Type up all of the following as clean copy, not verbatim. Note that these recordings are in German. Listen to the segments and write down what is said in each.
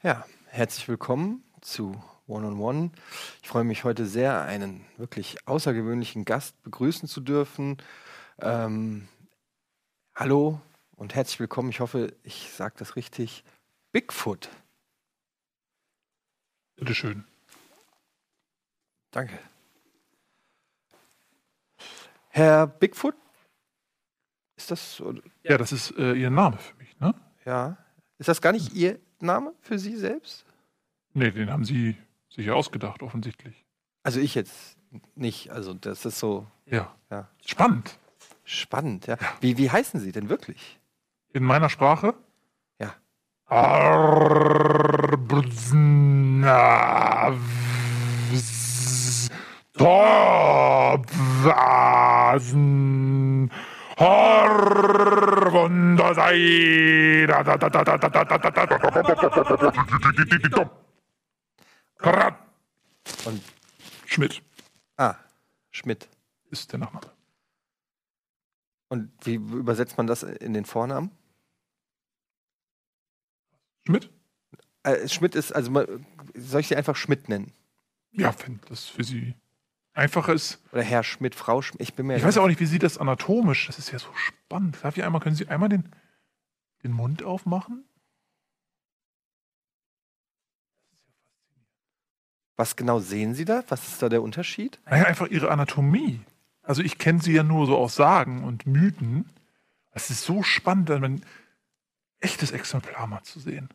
Ja, herzlich willkommen zu One-on-One. Ich freue mich heute sehr, einen wirklich außergewöhnlichen Gast begrüßen zu dürfen. Hallo und herzlich willkommen. Ich hoffe, ich sage das richtig. Bigfoot. Bitteschön. Danke. Herr Bigfoot? Ist das so? Ja, das ist Ihr Name für mich, ne? Ja. Ist das gar nicht Ihr Name für Sie selbst? Nee, den haben Sie sich ja ausgedacht, offensichtlich. Also ich jetzt nicht. Also das ist so. Ja. Ja. Spannend. Spannend, ja. Wie heißen Sie denn wirklich? In meiner Sprache? Ja. Und Schmidt Schmidt. ist der Nachname. Und wie übersetzt man das in den Vornamen? Schmidt? Schmidt ist, also soll ich Sie einfach Schmidt nennen? Ja, wenn das für Sie einfacher ist. Oder Herr Schmidt, Frau Schmidt? Ich weiß ja auch nicht, wie Sie das anatomisch, das ist ja so spannend. Können Sie einmal den Mund aufmachen? Was genau sehen Sie da? Was ist da der Unterschied? Naja, einfach Ihre Anatomie. Also ich kenne sie ja nur so aus Sagen und Mythen. Es ist so spannend, ein echtes Exemplar mal zu sehen.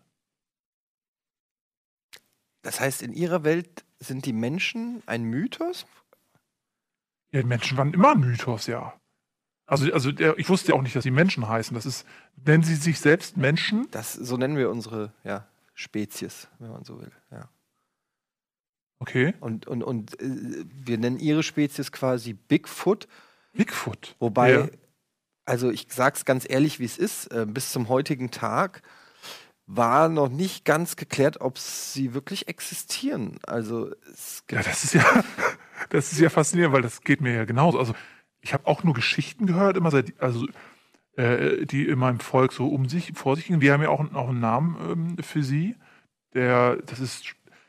Das heißt, in Ihrer Welt sind die Menschen ein Mythos? Ja, die Menschen waren immer ein Mythos, ja. Ich wusste ja auch nicht, dass sie Menschen heißen. Nennen sie sich selbst Menschen? So nennen wir unsere Spezies, wenn man so will. Ja. Okay. Und wir nennen Ihre Spezies quasi Bigfoot. Bigfoot? Wobei, ja. Also ich sag's ganz ehrlich, wie es ist, bis zum heutigen Tag war noch nicht ganz geklärt, ob sie wirklich existieren. Also ja, das ist ja faszinierend, weil das geht mir ja genauso. Also ich habe auch nur Geschichten gehört, die in meinem Volk so vor sich gingen. Wir haben ja auch einen Namen für sie. Das ist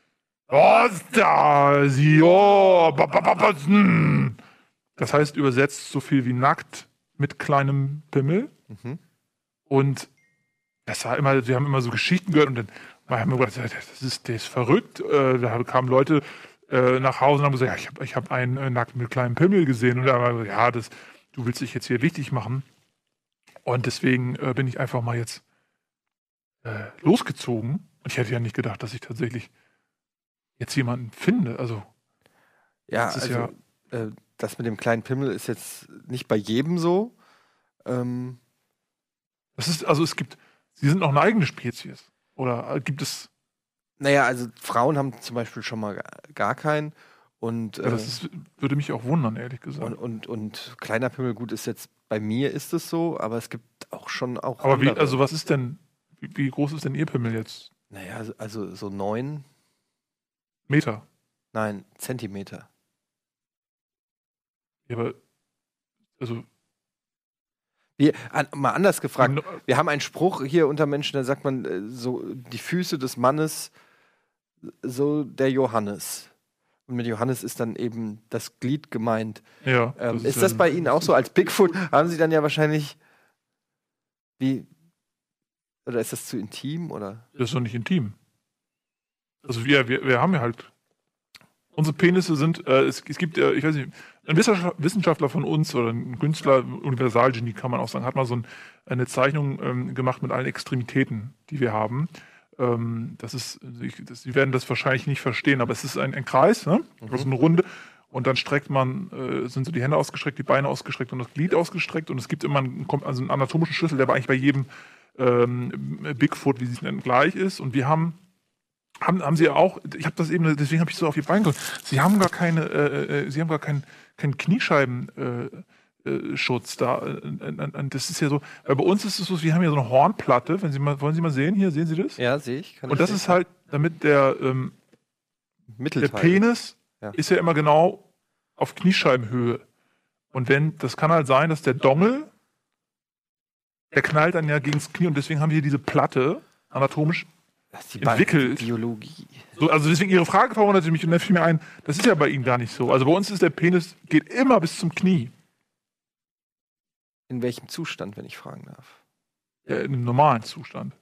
das heißt übersetzt so viel wie nackt mit kleinem Pimmel. Mhm. Und das war immer, wir haben immer so Geschichten gehört und dann haben wir gedacht, der ist verrückt. Da kamen Leute nach Hause und haben gesagt, ja, ich hab einen nackt mit kleinem Pimmel gesehen. Und da haben wir gesagt, ja, du willst dich jetzt hier wichtig machen. Und deswegen bin ich einfach mal jetzt losgezogen. Und ich hätte ja nicht gedacht, dass ich tatsächlich jetzt jemanden finde. Also ja, das mit dem kleinen Pimmel ist jetzt nicht bei jedem so. Sie sind noch eine eigene Spezies. Oder gibt es? Naja, also Frauen haben zum Beispiel schon mal gar keinen. Und, würde mich auch wundern, ehrlich gesagt. Und kleiner Pimmel, gut, ist jetzt, bei mir ist es so, aber es gibt auch schon auch. Aber was ist denn, wie groß ist denn Ihr Pimmel jetzt? Naja, also so 9 Meter? Nein, Zentimeter. Ja, aber, also. Mal anders gefragt, wir haben einen Spruch hier unter Menschen, da sagt man so, die Füße des Mannes, so der Johannes. Und mit Johannes ist dann eben das Glied gemeint. Ja. Ist das bei Ihnen auch so? Als Bigfoot haben Sie dann ja wahrscheinlich, oder ist das zu intim, oder? Das ist doch nicht intim. Also wir haben ja halt, unsere Penisse sind, es gibt ja, ich weiß nicht, ein Wissenschaftler von uns oder ein Künstler, Universalgenie kann man auch sagen, hat mal eine Zeichnung gemacht mit allen Extremitäten, die wir haben. Sie werden das wahrscheinlich nicht verstehen, aber es ist ein Kreis, ne? Also eine Runde. Und dann sind so die Hände ausgestreckt, die Beine ausgestreckt und das Glied ausgestreckt. Und es gibt immer einen anatomischen Schlüssel, der aber eigentlich bei jedem Bigfoot, wie sie es nennen, gleich ist. Und wir haben sie auch, deswegen habe ich so auf ihr Bein geguckt, sie haben gar keinen Kniescheibenschutz da. Das ist ja so, weil bei uns ist es so, wir haben ja so eine Hornplatte, wollen Sie mal sehen, hier, sehen Sie das? Ja, sehe ich. Und das ist halt, damit der Penis ist ja immer genau auf Kniescheibenhöhe. Und das kann halt sein, dass der Dongel, der knallt dann ja gegen das Knie und deswegen haben wir hier diese Platte, anatomisch, Das ist die entwickelt. Biologie. So, also deswegen Ihre Frage verwundert mich und dann fiel mir ein, das ist ja bei Ihnen gar nicht so. Also bei uns ist der Penis, geht immer bis zum Knie. In welchem Zustand, wenn ich fragen darf? Ja, in einem normalen Zustand.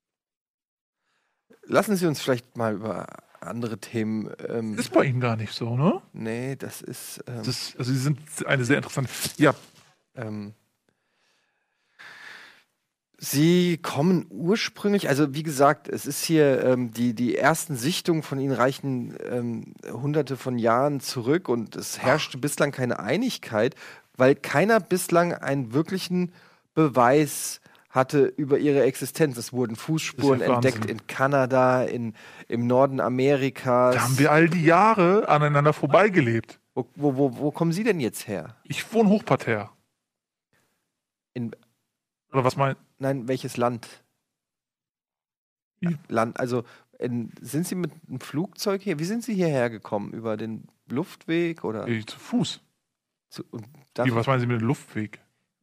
Lassen Sie uns vielleicht mal über andere Themen. Ist bei Ihnen gar nicht so, ne? Nee, das ist. Also Sie sind eine sehr interessante. Ja. Sie kommen ursprünglich, also wie gesagt, es ist hier, die ersten Sichtungen von Ihnen reichen hunderte von Jahren zurück und es herrschte bislang keine Einigkeit, weil keiner bislang einen wirklichen Beweis hatte über ihre Existenz. Es wurden Fußspuren Das ist ja entdeckt Wahnsinn. in Kanada, im Norden Amerikas. Da haben wir all die Jahre aneinander vorbeigelebt. Wo kommen Sie denn jetzt her? Ich wohne hochparterre. In, Oder was meint? nein, welches Land? Wie? Land, also sind Sie mit einem Flugzeug hier? Wie sind Sie hierher gekommen? Über den Luftweg oder? Zu Fuß. Und Wie, was meinen Sie mit dem Luftweg?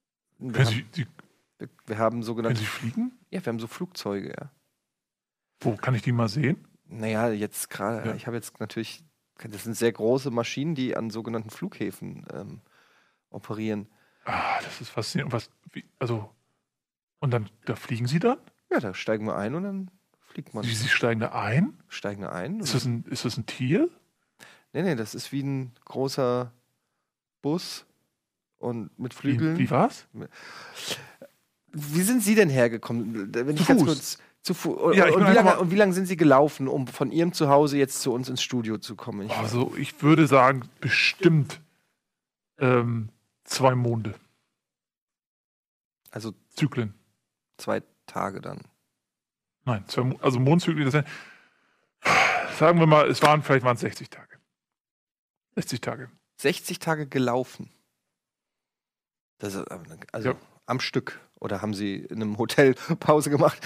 wir haben Können sogenannte. Sie fliegen? Ja, wir haben so Flugzeuge, ja. Wo kann ich die mal sehen? Naja, jetzt gerade, Ja. ich habe jetzt natürlich, das sind sehr große Maschinen, die an sogenannten Flughäfen operieren. Ah, das ist faszinierend. Und dann, da fliegen Sie dann? Ja, da steigen wir ein und dann fliegt man. Sie steigen da ein? Steigen wir ein. Ist das ein Tier? Nee, das ist wie ein großer Bus und mit Flügeln. Wie war's? Wie sind Sie denn hergekommen? Wenn Zu ich ganz Fuß. kurz zu Fuß. Ja, ich bin einfach mal- Und wie lange sind Sie gelaufen, um von Ihrem Zuhause jetzt zu uns ins Studio zu kommen? Also, ich würde sagen, bestimmt 2 Monde. Also Zyklen. 2 Tage dann. Nein, also Mondzyklen, sagen wir mal, vielleicht waren es 60 Tage. 60 Tage. 60 Tage gelaufen. Das ist, also Ja. am Stück. Oder haben Sie in einem Hotel Pause gemacht?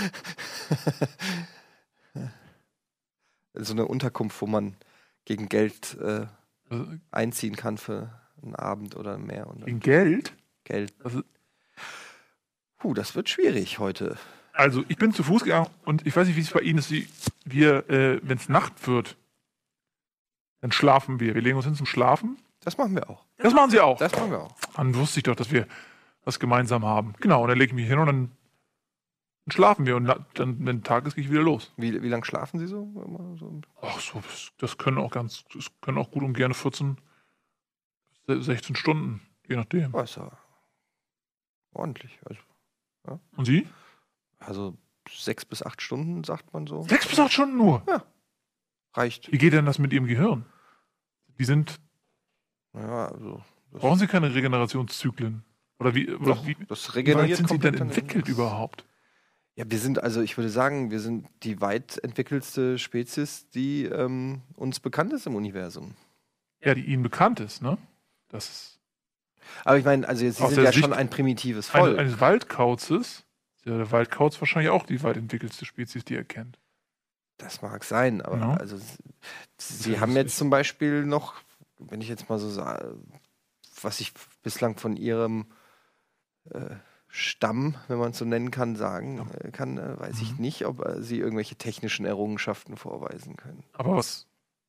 So eine Unterkunft, wo man gegen Geld Also, einziehen kann für einen Abend oder mehr. Und gegen Geld? Geld. Also, Das wird schwierig heute. Also, ich bin zu Fuß gegangen und ich weiß nicht, wie es bei Ihnen ist. Wenn es Nacht wird, dann schlafen wir. Wir legen uns hin zum Schlafen. Das machen wir auch. Das machen Sie auch. Das machen wir auch. Dann wusste ich doch, dass wir was gemeinsam haben. Genau, und dann lege ich mich hin und dann schlafen wir. Und dann, wenn Tag ist, gehe ich wieder los. Wie lange schlafen Sie so? Immer so? Ach so, das können auch gut und gerne 14, 16 Stunden, je nachdem. Oh, ist ja ordentlich. Und Sie? Also 6 bis 8 Stunden, sagt man so. 6 bis 8 Stunden nur. Reicht. Wie geht denn das mit Ihrem Gehirn? Ja, also. Brauchen Sie keine Regenerationszyklen? Oder wie Das wie weit regeneriert sind Sie denn komplett dann entwickelt irgendwas. überhaupt? Ja, ich würde sagen, wir sind die weit entwickelste Spezies, die uns bekannt ist im Universum. Ja, die Ihnen bekannt ist, ne? Das ist Aber ich meine, also Sie Aus sind der ja Sicht schon ein primitives Volk. eines Waldkauzes. Ist ja der Waldkauz wahrscheinlich auch die weit entwickelste Spezies, die er kennt. Das mag sein, aber Ja. also Sie Ja, haben das jetzt ist- zum Beispiel noch, wenn ich jetzt mal so sage, was ich bislang von Ihrem Stamm, wenn man es so nennen kann, sagen kann, weiß ich nicht, ob Sie irgendwelche technischen Errungenschaften vorweisen können. Aber was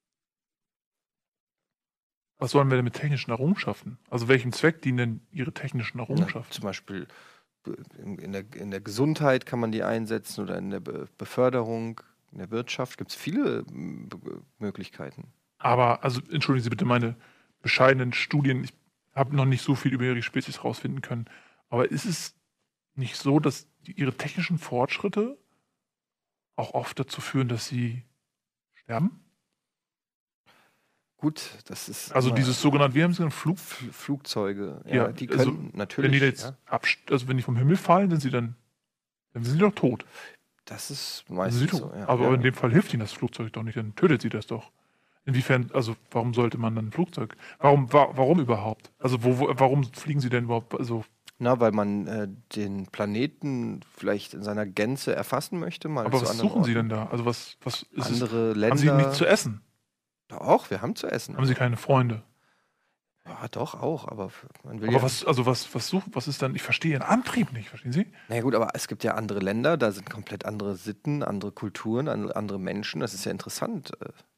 sollen wir denn mit technischen Errungenschaften? Also welchem Zweck dienen denn Ihre technischen Ja, Errungenschaften? zum Beispiel in der Gesundheit kann man die einsetzen oder in der Beförderung, in der Wirtschaft gibt es viele Möglichkeiten. Aber, also entschuldigen Sie bitte meine bescheidenen Studien, ich habe noch nicht so viel über Ihre Spezies rausfinden können. Aber ist es nicht so, dass Ihre technischen Fortschritte auch oft dazu führen, dass Sie sterben? Gut, das ist Also immer dieses sogenannte, wie haben Sie gesagt, Flugzeuge, Ja, die also, können wenn natürlich. die jetzt wenn die vom Himmel fallen, dann sind sie doch tot. Das ist Dann meistens sind sie so. tot. Ja. Aber Ja. in dem Fall hilft ihnen das Flugzeug doch nicht, dann tötet sie das doch. Inwiefern, also warum sollte man dann ein Flugzeug? Warum überhaupt? Also warum fliegen sie denn überhaupt? Also Na, weil man den Planeten vielleicht in seiner Gänze erfassen möchte. Mal aber zu was anderen suchen sie Orten. denn da? Also was ist es? Andere Haben sie Länder. nichts zu essen? Doch, wir haben zu essen. Haben sie keine Freunde? Ja, doch, auch, aber man will Aber ja. was ist dann, ich verstehe Ihren Antrieb nicht, verstehen Sie? Na ja, gut, aber es gibt ja andere Länder, da sind komplett andere Sitten, andere Kulturen, andere Menschen. Das ist ja interessant,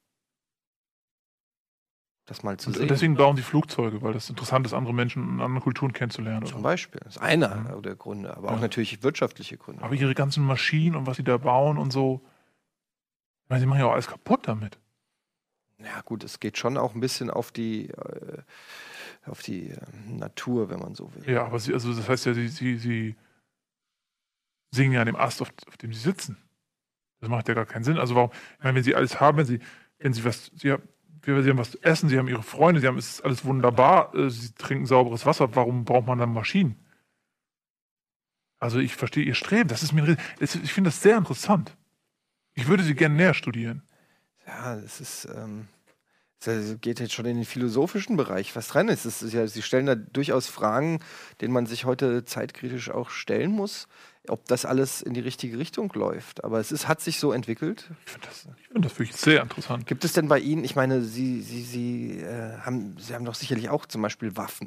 das mal zu Und sehen. deswegen bauen Sie Flugzeuge, weil das interessant ist, andere Menschen und andere Kulturen kennenzulernen. Zum Oder? Beispiel. Das ist einer der Gründe, aber auch natürlich wirtschaftliche Gründe. Aber Ihre ganzen Maschinen und was Sie da bauen und so, ich meine, Sie machen ja auch alles kaputt damit. Ja, gut, es geht schon auch ein bisschen auf die Natur, wenn man so will. Ja, aber Sie, also das heißt ja, Sie singen ja an dem Ast, auf dem Sie sitzen. Das macht ja gar keinen Sinn. Also warum, ich meine, wenn Sie alles haben, wenn Sie was, Sie haben was zu essen, Sie haben Ihre Freunde, es ist alles wunderbar, Sie trinken sauberes Wasser, warum braucht man dann Maschinen? Also ich verstehe Ihr Streben, ich finde das sehr interessant. Ich würde Sie gerne näher studieren. Ja, es geht jetzt schon in den philosophischen Bereich, was dran ist. Es ist ja, Sie stellen da durchaus Fragen, denen man sich heute zeitkritisch auch stellen muss, ob das alles in die richtige Richtung läuft. Aber hat sich so entwickelt. Ich finde das wirklich sehr interessant. Gibt es denn bei Ihnen, ich meine, Sie haben doch sicherlich auch zum Beispiel Waffen.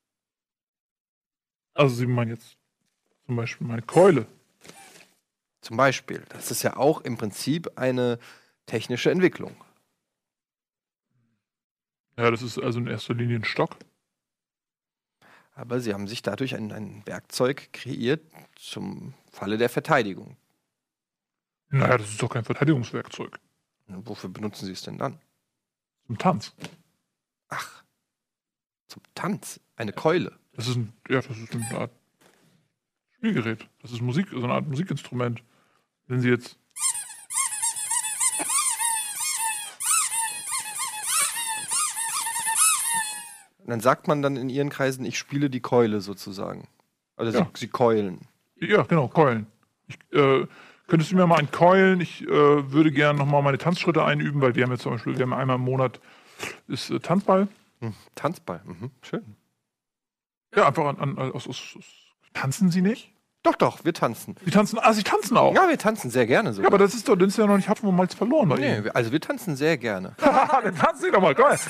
Also Sie meinen jetzt zum Beispiel meine Keule. Zum Beispiel. Das ist ja auch im Prinzip eine technische Entwicklung. Ja, das ist also in erster Linie ein Stock. Aber Sie haben sich dadurch ein Werkzeug kreiert zum Falle der Verteidigung. Naja, das ist doch kein Verteidigungswerkzeug. Wofür benutzen Sie es denn dann? Zum Tanz. Ach, zum Tanz. Eine Keule. Das ist eine Art Spielgerät. Das ist Musik, so eine Art Musikinstrument. Wenn Sie jetzt. Und dann sagt man dann in Ihren Kreisen, ich spiele die Keule sozusagen. Oder Ja. Sie keulen. Ja, genau, Keulen. Könntest du mir mal einen Keulen? Ich würde gerne nochmal meine Tanzschritte einüben, weil wir haben jetzt zum Beispiel, einmal im Monat ist Tanzball. Tanzball, schön. Ja, einfach tanzen Sie nicht? Doch, wir tanzen. Sie tanzen auch. Ja, wir tanzen sehr gerne Ja, sogar. aber das ist ja noch nicht Hapfen und Malz verloren bei Ihnen. Nee, also wir tanzen sehr gerne. Dann tanzen Sie doch mal, komm.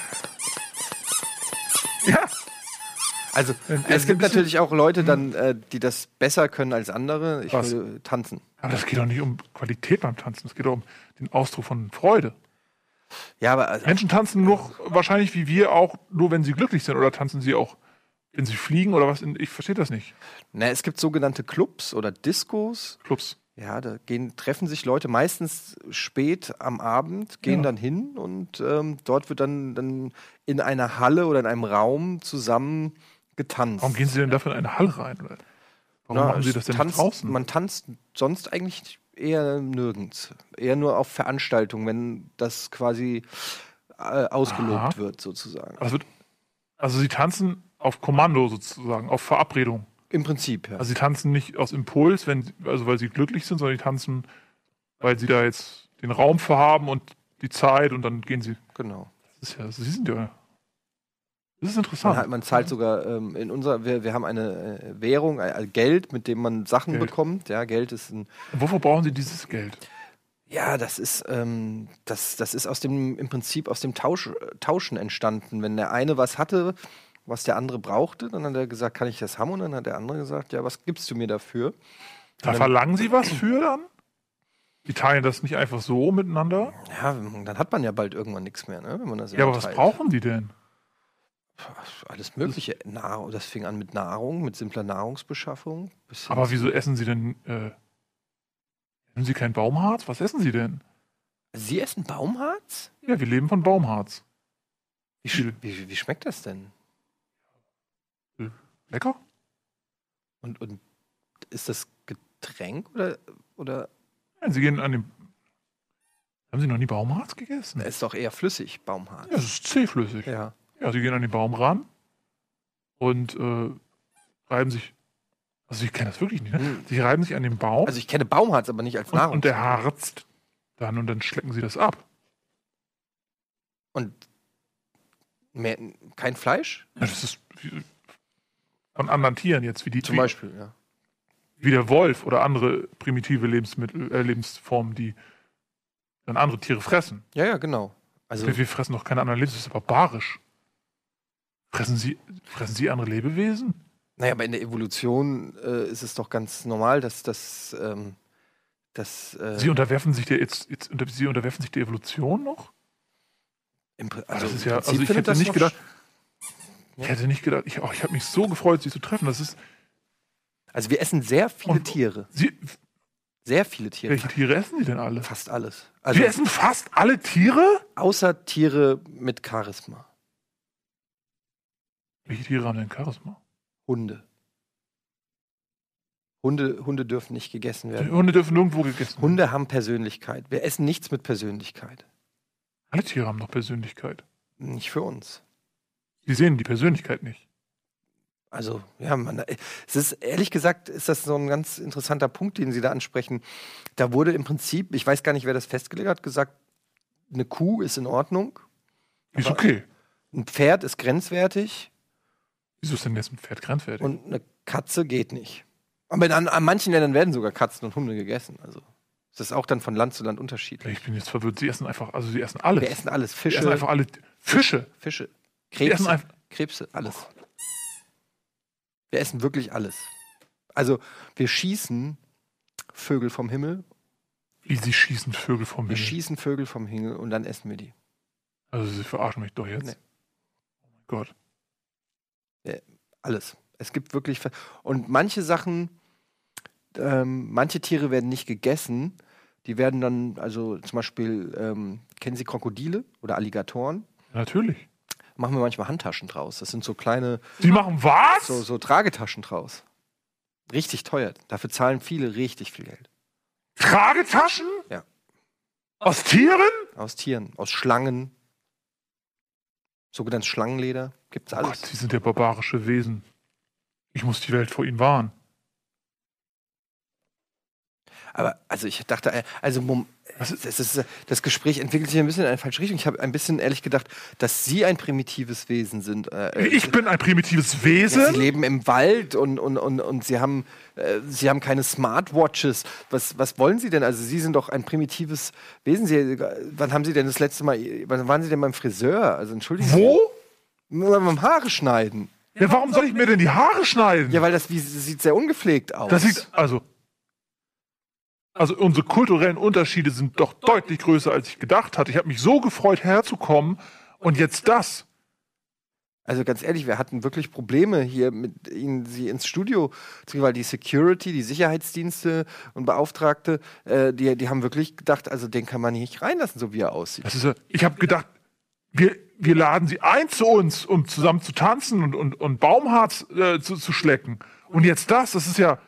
Ja. Also es gibt natürlich auch Leute dann, die das besser können als andere. Ich würde tanzen. Aber das geht doch nicht um Qualität beim Tanzen. Es geht doch um den Ausdruck von Freude. Ja, aber also, Menschen tanzen nur wahrscheinlich wie wir auch, nur wenn sie glücklich sind. Oder tanzen sie auch, wenn sie fliegen oder was? Ich verstehe das nicht. es gibt sogenannte Clubs oder Discos. Clubs. Ja, da treffen sich Leute meistens spät am Abend, gehen dann hin und dort wird dann in einer Halle oder in einem Raum zusammen getanzt. Warum gehen sie denn dafür in eine Halle rein? Oder? Warum machen sie das denn nicht draußen? Man tanzt sonst eigentlich eher nirgends. Eher nur auf Veranstaltungen, wenn das quasi ausgelobt wird, sozusagen. Also sie tanzen auf Kommando sozusagen, auf Verabredung. Im Prinzip, ja. Also sie tanzen nicht aus Impuls, weil sie glücklich sind, sondern die tanzen, weil sie da jetzt den Raum für haben und die Zeit und dann gehen sie. Genau. Das ist interessant. Man zahlt sogar wir haben eine Währung, Geld, mit dem man Sachen bekommt. Ja, Geld ist Wofür brauchen Sie dieses Geld? Ja, das ist im Prinzip aus dem Tauschen entstanden. Wenn der eine was hatte, was der andere brauchte, dann hat er gesagt, kann ich das haben? Und dann hat der andere gesagt, ja, was gibst du mir dafür? Da verlangen Sie was für dann? Die teilen das nicht einfach so miteinander? Ja, dann hat man ja bald irgendwann nichts mehr, ne? Wenn man das aber was brauchen die denn? Alles Mögliche. Das fing an mit Nahrung, mit simpler Nahrungsbeschaffung. Aber wieso essen Sie denn? Nehmen Sie kein Baumharz? Was essen Sie denn? Sie essen Baumharz? Ja, wir leben von Baumharz. Wie schmeckt das denn? Lecker? Und ist das Getränk oder? Nein, Sie gehen an den. Haben Sie noch nie Baumharz gegessen? Das ist doch eher flüssig, Baumharz. Ja, es ist zähflüssig. Ja. Ja, Sie gehen an den Baum ran und reiben sich. Also ich kenne das wirklich nicht, ne? Sie reiben sich an den Baum. Also ich kenne Baumharz, aber nicht als Nahrung. Und der harzt dann und dann schlecken Sie das ab. Und kein Fleisch? Ja, das ist von anderen Tieren jetzt, wie die Zum Beispiel, ja. Wie der Wolf oder andere primitive Lebensformen, die dann andere Tiere fressen. Ja, genau. Also wir fressen doch keine anderen Lebensmittel, das ist barbarisch. Fressen Sie andere Lebewesen? Naja, aber in der Evolution ist es doch ganz normal, dass Sie unterwerfen sich Sie unterwerfen sich der Evolution noch? also das ist im ja, Prinzip also ich findet hätte das nicht noch gedacht, Ja. ich hätte nicht gedacht, ich habe mich so gefreut, Sie zu treffen. Das ist, Also wir essen sehr viele Und- Tiere. Sie, Sehr viele Tiere. welche Tiere essen Sie denn alle? Fast alles. Sie Also essen fast alle Tiere? außer Tiere mit Charisma. Welche Tiere haben denn Charisma? Hunde. Hunde dürfen nicht gegessen werden. Hunde dürfen nirgendwo gegessen werden. Hunde haben Persönlichkeit. Wir essen nichts mit Persönlichkeit. Alle Tiere haben noch Persönlichkeit. Nicht für uns. Sie sehen die Persönlichkeit nicht. Also, ja, es ist, ehrlich gesagt, ist das so ein ganz interessanter Punkt, den Sie da ansprechen. Da wurde im Prinzip, ich weiß gar nicht, wer das festgelegt hat, gesagt, eine Kuh ist in Ordnung, Ist okay. ein Pferd ist grenzwertig Wieso ist denn jetzt ein Pferd grenzwertig? und eine Katze geht nicht. Aber an manchen Ländern werden sogar Katzen und Hunde gegessen. Also, das ist auch dann von Land zu Land unterschiedlich. Ich bin jetzt verwirrt. Sie essen einfach, also Sie essen alles. Wir essen alles. Sie Fische, essen einfach alle Fische. Fische, Sie essen einfach. Krebse, alles. Wir essen wirklich alles. Also, wir schießen Vögel vom Himmel. Wie Sie schießen Vögel vom Wir Himmel. schießen Vögel vom Himmel und dann essen wir die. Also Sie verarschen mich doch jetzt. Nee. Oh mein Gott. Alles. Es gibt wirklich. Und manche Sachen, manche Tiere werden nicht gegessen. Die werden dann, also zum Beispiel, kennen Sie Krokodile oder Alligatoren? Natürlich. Machen wir manchmal Handtaschen draus. Das sind so kleine, Sie machen was? so Tragetaschen draus. Richtig teuer. Dafür zahlen viele richtig viel Geld. Tragetaschen? Ja. Aus Tieren? Aus Tieren, aus Schlangen. Sogenanntes Schlangenleder. Gibt's Oh alles. Gott, Sie sind ja barbarische Wesen. Ich muss die Welt vor Ihnen wahren. Aber also ich dachte, Was ist- das Gespräch entwickelt sich ein bisschen in eine falsche Richtung. Ich habe ein bisschen ehrlich gedacht, dass Sie ein primitives Wesen sind. Ich bin ein primitives Ja, Wesen? Sie leben im Wald und Sie haben keine Smartwatches. Was wollen Sie denn? Also Sie sind doch ein primitives Wesen. Wann haben Sie denn das letzte Mal, wann waren Sie denn beim Friseur? Also entschuldigen Wo? Sie. Nur beim Haare schneiden. Ja, warum soll ich mir denn die Haare schneiden? Ja, weil das sieht sehr ungepflegt aus. Das sieht, also unsere kulturellen Unterschiede sind doch deutlich größer, als ich gedacht hatte. Ich habe mich so gefreut, herzukommen. Und jetzt das. Also ganz ehrlich, wir hatten wirklich Probleme hier mit Ihnen, Sie ins Studio zu gehen, weil die Security, die Sicherheitsdienste und Beauftragte, die haben wirklich gedacht, also den kann man nicht reinlassen, so wie er aussieht. Das ist, ich habe gedacht, wir laden sie ein zu uns, um zusammen zu tanzen und Baumharz zu schlecken. Und jetzt das ist ja,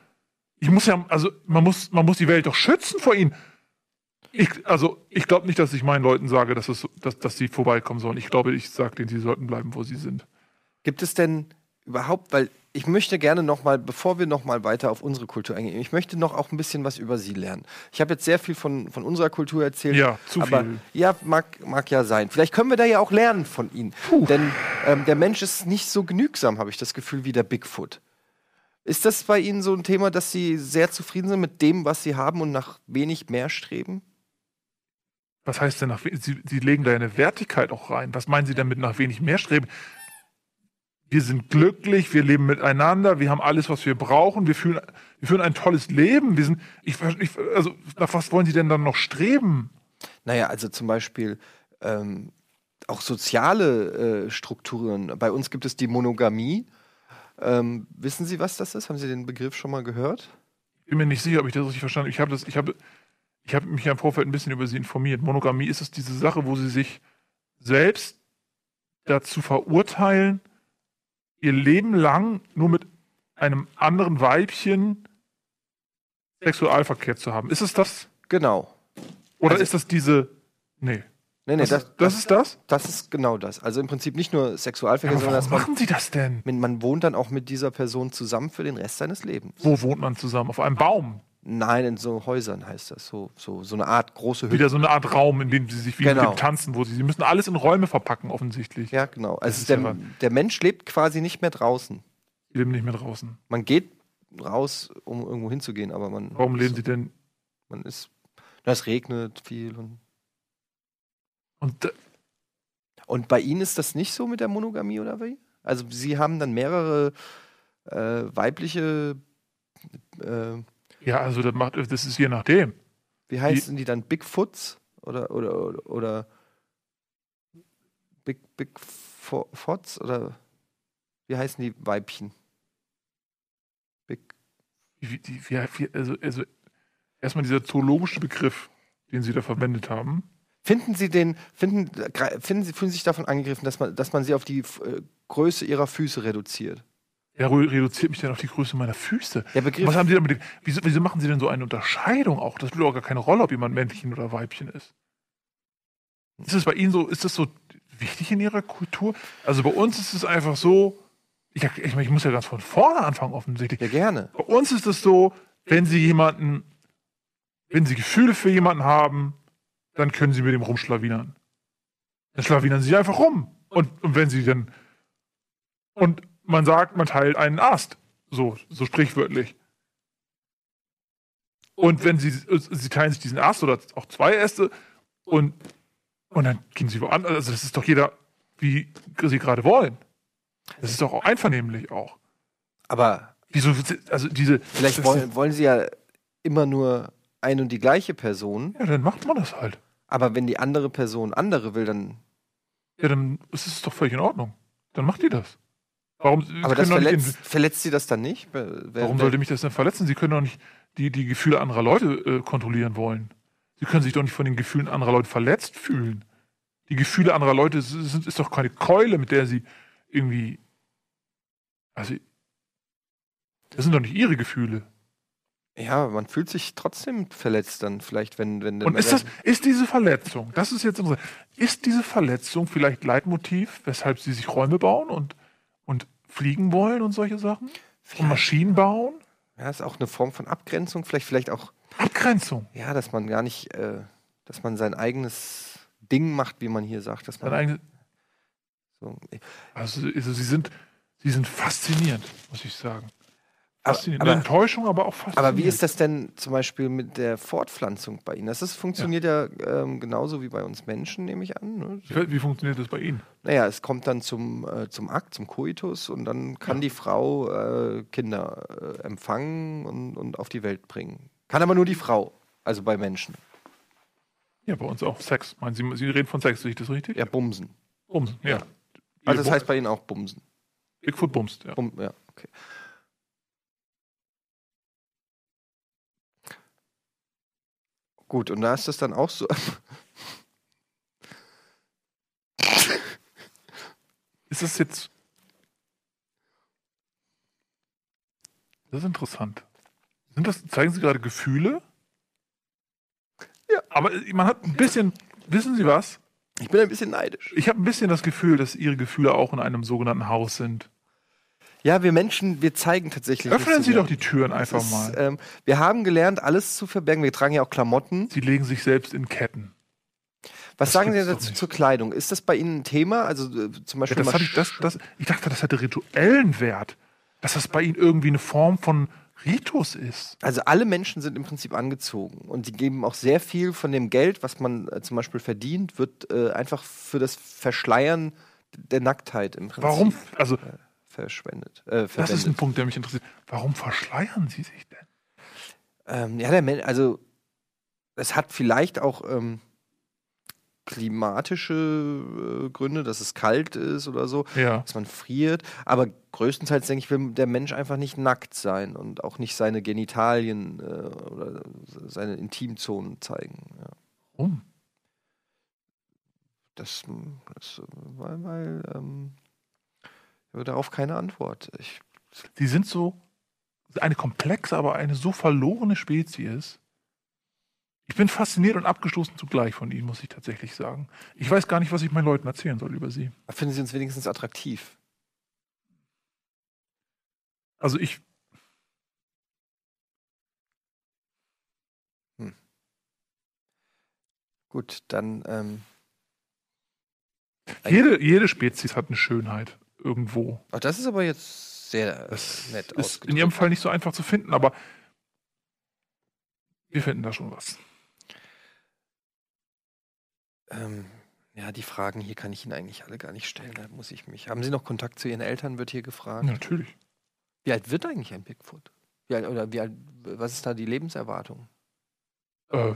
man muss die Welt doch schützen vor ihnen. Ich glaube nicht, dass ich meinen Leuten sage, dass sie vorbeikommen sollen. Ich glaube, ich sage denen, sie sollten bleiben, wo sie sind. Gibt es denn überhaupt, weil ich möchte gerne noch mal, bevor wir noch mal weiter auf unsere Kultur eingehen, ich möchte noch auch ein bisschen was über Sie lernen. Ich habe jetzt sehr viel von unserer Kultur erzählt. Ja, zu aber, viel. Ja, mag ja sein. Vielleicht können wir da ja auch lernen von Ihnen. Denn der Mensch ist nicht so genügsam, habe ich das Gefühl, wie der Bigfoot. Ist das bei Ihnen so ein Thema, dass Sie sehr zufrieden sind mit dem, was Sie haben und nach wenig mehr streben? Was heißt denn Sie legen da eine Wertigkeit auch rein. Was meinen Sie damit nach wenig mehr streben? Wir sind glücklich, wir leben miteinander, wir haben alles, was wir brauchen, wir führen ein tolles Leben. Nach was wollen Sie denn dann noch streben? Naja, also zum Beispiel auch soziale Strukturen. Bei uns gibt es die Monogamie. Wissen Sie, was das ist? Haben Sie den Begriff schon mal gehört? Ich bin mir nicht sicher, ob ich das richtig verstanden habe. Ich habe mich ja im Vorfeld ein bisschen über Sie informiert. Monogamie ist es diese Sache, wo Sie sich selbst dazu verurteilen, ihr Leben lang nur mit einem anderen Weibchen Sexualverkehr zu haben. Ist es das? Genau. Oder Also- ist das diese... Nee. Nee, Das ist das? Das ist genau das. Also im Prinzip nicht nur Sexualverkehr, Aber sondern dass warum machen Sie das denn? man wohnt dann auch mit dieser Person zusammen für den Rest seines Lebens. Wo wohnt man zusammen? Auf einem Baum? Nein, in so Häusern heißt das. So eine Art große Hütte. Wieder so eine Art Raum, in dem Sie sich wie Genau. mit dem tanzen, wo Sie müssen alles in Räume verpacken, offensichtlich. Ja, genau. Das Also ist ja der Mensch lebt quasi nicht mehr draußen. Sie leben nicht mehr draußen. Man geht raus, um irgendwo hinzugehen, aber Warum leben Sie denn... es regnet viel Und und bei Ihnen ist das nicht so mit der Monogamie oder wie? Also sie haben dann mehrere weibliche, Ja, also das ist je nachdem. wie heißen die dann? Bigfoots? Oder Bigfots? Oder wie heißen die Weibchen? Also erstmal dieser zoologische Begriff, den Sie da verwendet haben. Fühlen Sie sich davon angegriffen, dass man sie auf die Größe ihrer Füße reduziert? Ja, reduziert mich denn auf die Größe meiner Füße? Der Begriff. Was haben Sie damit? Wieso machen Sie denn so eine Unterscheidung auch? Das spielt auch gar keine Rolle, ob jemand Männchen oder Weibchen ist. Ist das bei Ihnen so, ist das so wichtig in Ihrer Kultur? Also bei uns ist es einfach so, ich muss ja ganz von vorne anfangen offensichtlich. Ja, gerne. Bei uns ist es so, wenn Sie Gefühle für jemanden haben, dann können Sie mit dem rumschlawinern. Dann schlawinern Sie einfach rum. Und wenn Sie dann, und man sagt, man teilt einen Ast. So sprichwörtlich. Und wenn Sie teilen sich diesen Ast oder auch 2 Äste und dann gehen Sie woanders. Also das ist doch jeder, wie Sie gerade wollen. Das ist doch auch einvernehmlich auch. Aber wieso, also vielleicht wollen Sie ja immer nur eine und die gleiche Person. Ja, dann macht man das halt. Aber wenn die andere Person andere will, dann. Ja, dann ist es doch völlig in Ordnung. Dann macht die das. Warum? Aber das verletzt Sie das dann nicht? Warum sollte mich das denn verletzen? Sie können doch nicht die Gefühle anderer Leute kontrollieren wollen. Sie können sich doch nicht von den Gefühlen anderer Leute verletzt fühlen. Die Gefühle anderer Leute ist doch keine Keule, mit der sie irgendwie. Also, das sind doch nicht ihre Gefühle. Ja, man fühlt sich trotzdem verletzt dann vielleicht, wenn Und ist diese Verletzung, das ist jetzt interessant, ist diese Verletzung vielleicht Leitmotiv, weshalb sie sich Räume bauen und fliegen wollen und solche Sachen? Und Maschinen bauen? Ja, ist auch eine Form von Abgrenzung, vielleicht auch. Abgrenzung? Ja, dass man gar nicht, dass man sein eigenes Ding macht, wie man hier sagt. Dass man also sie sind faszinierend, muss ich sagen. Faszinierend. Eine Enttäuschung, aber auch faszinierend. Aber wie ist das denn zum Beispiel mit der Fortpflanzung bei Ihnen? Das funktioniert ja genauso wie bei uns Menschen, nehme ich an. Ne? Wie funktioniert das bei Ihnen? Naja, es kommt dann zum Akt, zum Koitus und dann kann die Frau Kinder empfangen und auf die Welt bringen. Kann aber nur die Frau, also bei Menschen. Ja, bei uns auch Sex. Meinen Sie reden von Sex, sehe ich das richtig? Ja, Bumsen. Bumsen, ja. Also das heißt bei Ihnen auch Bumsen. Bigfoot bumst, ja. Ja, okay. Gut, und da ist das dann auch so. Ist das jetzt. Das ist interessant. Zeigen Sie gerade Gefühle? Ja. Aber man hat ein bisschen. Wissen Sie was? Ich bin ein bisschen neidisch. Ich habe ein bisschen das Gefühl, dass Ihre Gefühle auch in einem sogenannten Haus sind. Ja, wir Menschen, wir zeigen tatsächlich. Öffnen Sie doch die Türen einfach mal. Wir haben gelernt, alles zu verbergen. Wir tragen ja auch Klamotten. Sie legen sich selbst in Ketten. Was sagen Sie dazu zur Kleidung? Ist das bei Ihnen ein Thema? Also zum Beispiel. Ja, ich dachte, das hätte rituellen Wert. Dass das bei Ihnen irgendwie eine Form von Ritus ist. Also alle Menschen sind im Prinzip angezogen und sie geben auch sehr viel von dem Geld, was man zum Beispiel verdient, wird einfach für das Verschleiern der Nacktheit im Prinzip. Warum? Also verschwendet. Das ist ein Punkt, der mich interessiert. Warum verschleiern Sie sich denn? Ja, der Mensch, also es hat vielleicht auch klimatische Gründe, dass es kalt ist oder so, dass man friert. Aber größtenteils, denke ich, will der Mensch einfach nicht nackt sein und auch nicht seine Genitalien oder seine Intimzonen zeigen. Ja. Warum? Weil ich habe darauf keine Antwort. Sie sind so eine komplexe, aber eine so verlorene Spezies. Ich bin fasziniert und abgestoßen zugleich von Ihnen, muss ich tatsächlich sagen. Ich weiß gar nicht, was ich meinen Leuten erzählen soll über Sie. Finden Sie uns wenigstens attraktiv? Also Gut, dann jede Spezies hat eine Schönheit irgendwo. Ach, das ist aber jetzt sehr nett ausgedrückt. Ist in Ihrem Fall nicht so einfach zu finden, aber wir finden da schon was. Ja, die Fragen hier kann ich Ihnen eigentlich alle gar nicht stellen. Da muss ich mich. Haben Sie noch Kontakt zu Ihren Eltern? Wird hier gefragt. Ja, natürlich. Wie alt wird eigentlich ein Bigfoot? Was ist da die Lebenserwartung? Äh,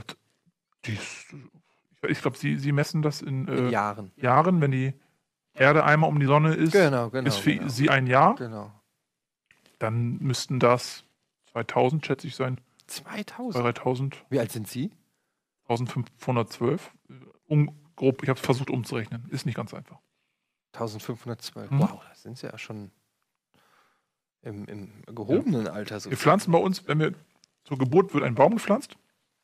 ich glaube, sie messen das In in Jahren. Jahren, wenn die Erde einmal um die Sonne ist, ist für sie ein Jahr. Genau. Dann müssten das 2000, schätze ich, sein. 2000? 3000. Wie alt sind Sie? 1512. Grob, ich habe es versucht umzurechnen. Ist nicht ganz einfach. 1512. Mhm. Wow, da sind Sie ja schon im gehobenen Alter. Wir pflanzen bei uns, wenn wir zur Geburt wird ein Baum gepflanzt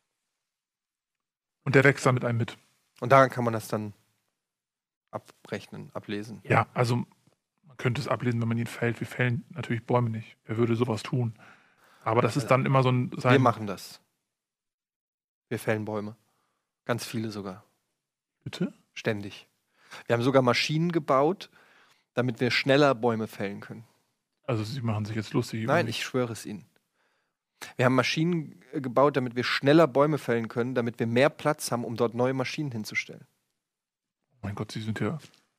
und der wächst dann mit einem mit. Und daran kann man das dann abrechnen, ablesen. Ja, also man könnte es ablesen, wenn man ihn fällt. Wir fällen natürlich Bäume nicht. Wer würde sowas tun? Aber das ist dann immer so ein... Wir machen das. Wir fällen Bäume. Ganz viele sogar. Bitte? Ständig. Wir haben sogar Maschinen gebaut, damit wir schneller Bäume fällen können. Also Sie machen sich jetzt lustig. Nein, ich schwöre es Ihnen. Wir haben Maschinen gebaut, damit wir schneller Bäume fällen können, damit wir mehr Platz haben, um dort neue Maschinen hinzustellen. Oh mein Gott, Sie sind ja...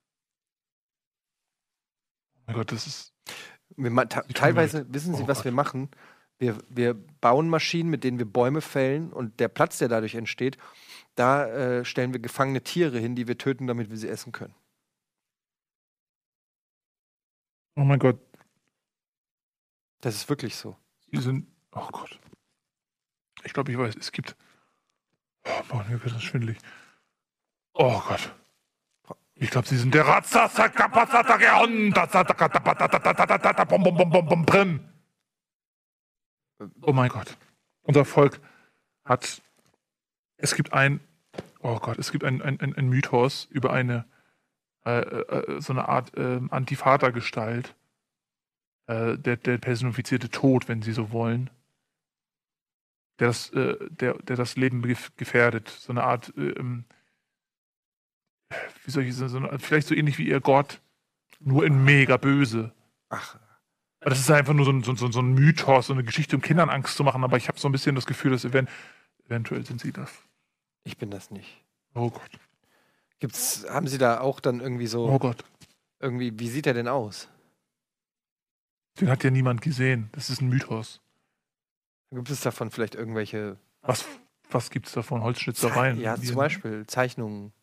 Oh mein Gott, das ist... Teilweise, wissen Sie, was wir machen? Wir bauen Maschinen, mit denen wir Bäume fällen, und der Platz, der dadurch entsteht, da stellen wir gefangene Tiere hin, die wir töten, damit wir sie essen können. Oh mein Gott. Das ist wirklich so. Sie sind... Oh Gott. Ich glaube, ich weiß, es gibt... Oh Mann, mir wird das schwindelig. Oh Gott. Ich glaube, Sie sind der Oh mein Gott. Unser Volk hat... Es gibt ein Mythos über eine so eine Art Antivatergestalt, der personifizierte Tod, wenn Sie so wollen, der das Leben gefährdet. So eine Art, wie soll ich sagen, vielleicht so ähnlich wie Ihr Gott, nur in mega böse. Ach. Aber das ist einfach nur so ein Mythos, so eine Geschichte, um Kindern Angst zu machen, aber ich habe so ein bisschen das Gefühl, dass eventuell sind Sie das. Ich bin das nicht. Oh Gott. Haben Sie da auch dann irgendwie so... Oh Gott. Irgendwie, wie sieht er denn aus? Den hat ja niemand gesehen. Das ist ein Mythos. Gibt es davon vielleicht irgendwelche... Was gibt es davon? Holzschnitzereien? Ja, zum Beispiel Zeichnungen,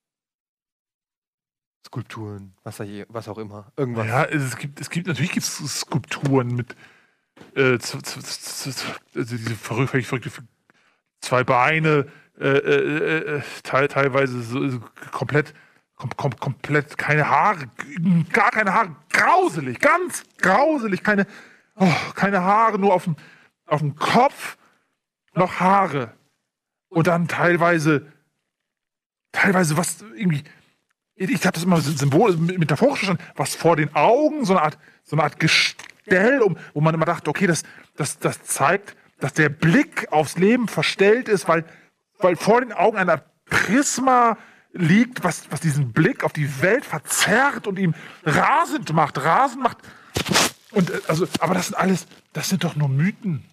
Skulpturen, was auch immer. Irgendwas. Ja, natürlich gibt es Skulpturen mit diese verrückte 2 Beine, teilweise so komplett keine Haare, gar keine Haare, grauselig, ganz grauselig, keine Haare, nur auf dem Kopf noch Haare und dann teilweise was irgendwie, ich habe das immer Symbol metaphorisch verstanden, was vor den Augen, so eine Art Gestell, wo man immer dachte, okay, das zeigt, dass der Blick aufs Leben verstellt ist, weil vor den Augen eine Art Prisma liegt, was diesen Blick auf die Welt verzerrt und ihm rasend macht. Und aber das sind doch nur Mythen.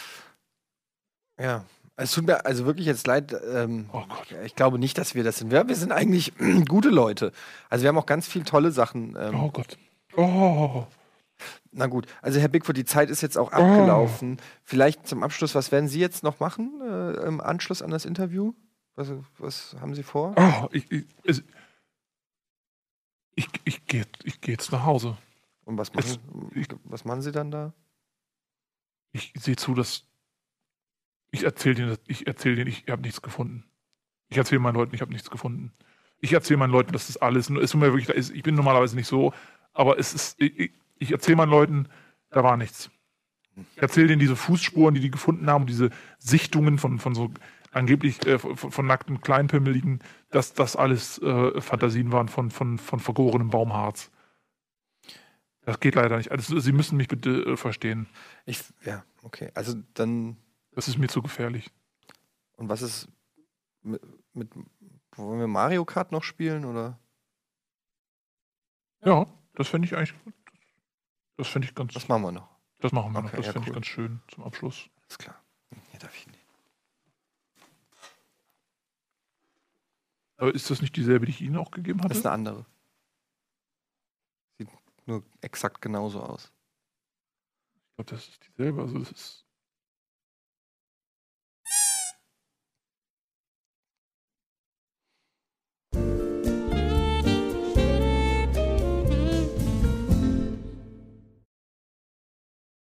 Ja, es tut mir also wirklich jetzt leid. Oh Gott. Ich glaube nicht, dass wir das sind. Wir sind eigentlich gute Leute. Also wir haben auch ganz viele tolle Sachen. Oh Gott. Oh. Na gut, also Herr Bigfoot, die Zeit ist jetzt auch abgelaufen. Vielleicht zum Abschluss, was werden Sie jetzt noch machen im Anschluss an das Interview? Was haben Sie vor? Oh, ich gehe jetzt nach Hause. Und was machen Sie dann da? Ich sehe zu, dass ich erzähle denen, ich habe nichts gefunden. Ich erzähle meinen Leuten, ich habe nichts gefunden. Ich erzähle meinen Leuten, dass das alles, es tut mir wirklich, ich bin normalerweise nicht so, aber ich erzähle meinen Leuten, da war nichts. Ich erzähle denen diese Fußspuren, die gefunden haben, diese Sichtungen von so angeblich von nackten Kleinpimmeligen, dass das alles Fantasien waren von vergorenem Baumharz. Das geht leider nicht. Also, Sie müssen mich bitte verstehen. Ja, okay. Also dann... Das ist mir zu gefährlich. Und was ist wollen wir Mario Kart noch spielen, oder? Ja, das fände ich eigentlich gut. Das finde ich ganz... Das machen wir noch. Das machen wir noch. Okay, Das ja, finde cool. ich ganz schön zum Abschluss. Ist klar. Hier darf ich nicht. Aber ist das nicht dieselbe, die ich Ihnen auch gegeben hatte? Das ist eine andere. Sieht nur exakt genauso aus. Ich glaube, das ist dieselbe. Also das ist